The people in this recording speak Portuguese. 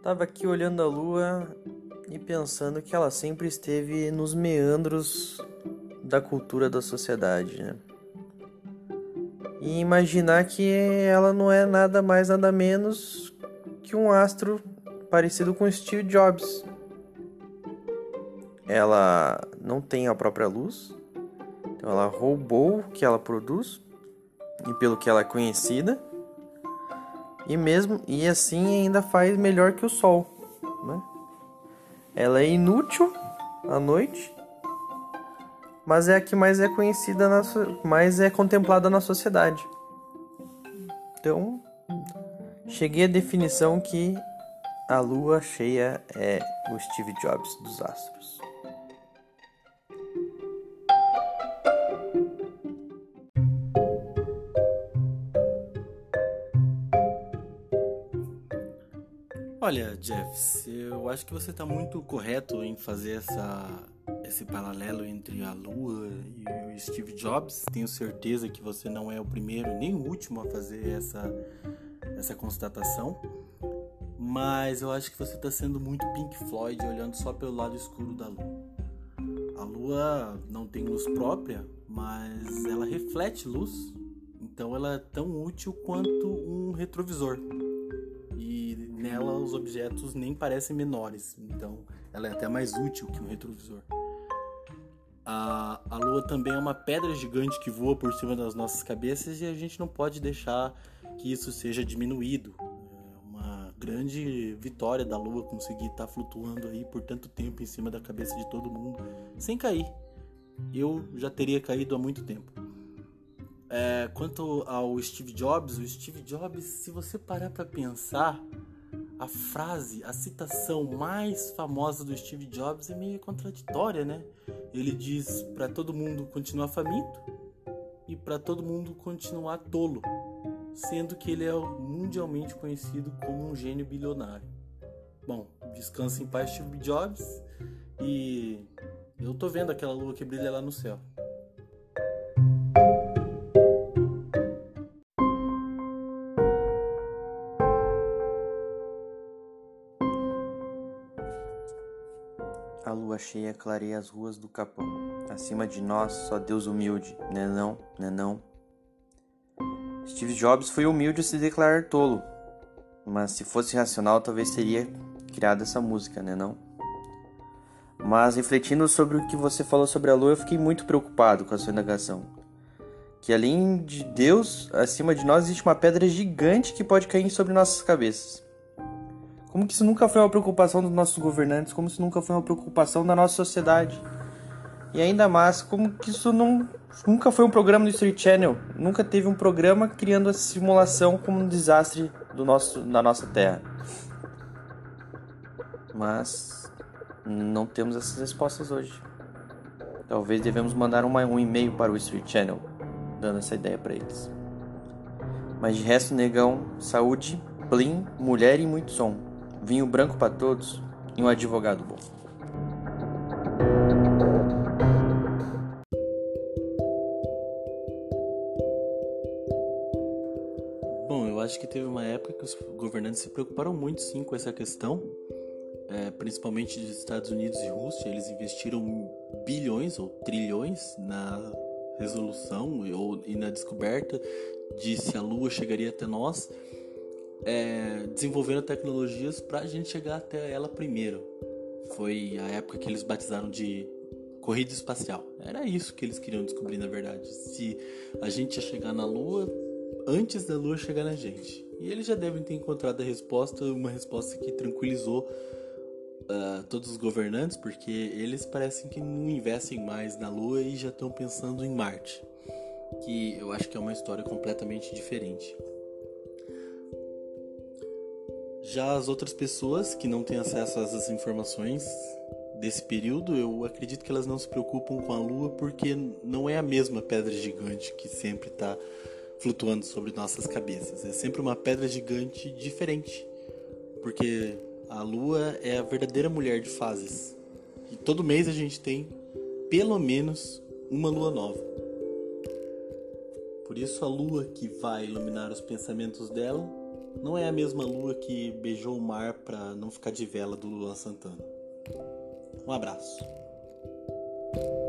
Tava aqui olhando a lua e pensando que ela sempre esteve nos meandros da cultura da sociedade, né? E imaginar que ela não é nada mais, nada menos que um astro parecido com Steve Jobs. Ela não tem a própria luz, então ela roubou o que ela produz e pelo que ela é conhecida. E assim ainda faz melhor que o Sol, né? Ela é inútil à noite, mas é a que mais é conhecida, mais é contemplada na sociedade. Então, cheguei à definição que a lua cheia é o Steve Jobs dos astros. Olha, Jeffs, eu acho que você está muito correto em fazer esse paralelo entre a Lua e o Steve Jobs. Tenho certeza que você não é o primeiro nem o último a fazer essa constatação. Mas eu acho que você está sendo muito Pink Floyd, olhando só pelo lado escuro da Lua. A Lua não tem luz própria, mas ela reflete luz, então ela é tão útil quanto um retrovisor. E nela os objetos nem parecem menores, então ela é até mais útil que um retrovisor. A Lua também é uma pedra gigante que voa por cima das nossas cabeças e a gente não pode deixar que isso seja diminuído. É uma grande vitória da Lua conseguir estar flutuando aí por tanto tempo em cima da cabeça de todo mundo sem cair. Eu já teria caído há muito tempo. Quanto ao Steve Jobs, se você parar para pensar, a frase, a citação mais famosa do Steve Jobs é meio contraditória, né? Ele diz para todo mundo continuar faminto e para todo mundo continuar tolo, sendo que ele é mundialmente conhecido como um gênio bilionário. Bom, descansa em paz, Steve Jobs, e eu tô vendo aquela lua que brilha lá no céu. A lua cheia clareia as ruas do Capão. Acima de nós, só Deus humilde, né não? Steve Jobs foi humilde a se declarar tolo, mas se fosse racional, talvez teria criado essa música, né não? Mas refletindo sobre o que você falou sobre a lua, eu fiquei muito preocupado com a sua indagação. Que além de Deus, acima de nós existe uma pedra gigante que pode cair sobre nossas cabeças. Como que isso nunca foi uma preocupação dos nossos governantes, como isso nunca foi uma preocupação da nossa sociedade. E ainda mais, como que isso nunca foi um programa do History Channel, nunca teve um programa criando essa simulação como um desastre da nossa Terra. Mas não temos essas respostas hoje. Talvez devemos mandar um e-mail para o History Channel, dando essa ideia para eles. Mas de resto, negão, saúde, plim, mulher e muito som. Vinho branco para todos e um advogado bom. Bom, eu acho que teve uma época que os governantes se preocuparam muito sim com essa questão, principalmente dos Estados Unidos e Rússia. Eles investiram bilhões ou trilhões na resolução e na descoberta de se a Lua chegaria até nós, desenvolvendo tecnologias para a gente chegar até ela primeiro. Foi a época que eles batizaram de corrida espacial. Era isso que eles queriam descobrir, na verdade. Se a gente ia chegar na Lua antes da Lua chegar na gente. E eles já devem ter encontrado uma resposta que tranquilizou todos os governantes, porque eles parecem que não investem mais na Lua e já estão pensando em Marte, que eu acho que é uma história completamente diferente. Já as outras pessoas que não têm acesso a essas informações desse período, eu acredito que elas não se preocupam com a Lua porque não é a mesma pedra gigante que sempre está flutuando sobre nossas cabeças. É sempre uma pedra gigante diferente, porque a Lua é a verdadeira mulher de fases. E todo mês a gente tem pelo menos uma lua nova. Por isso a Lua que vai iluminar os pensamentos dela não é a mesma lua que beijou o mar pra não ficar de vela do Luan Santana. Um abraço.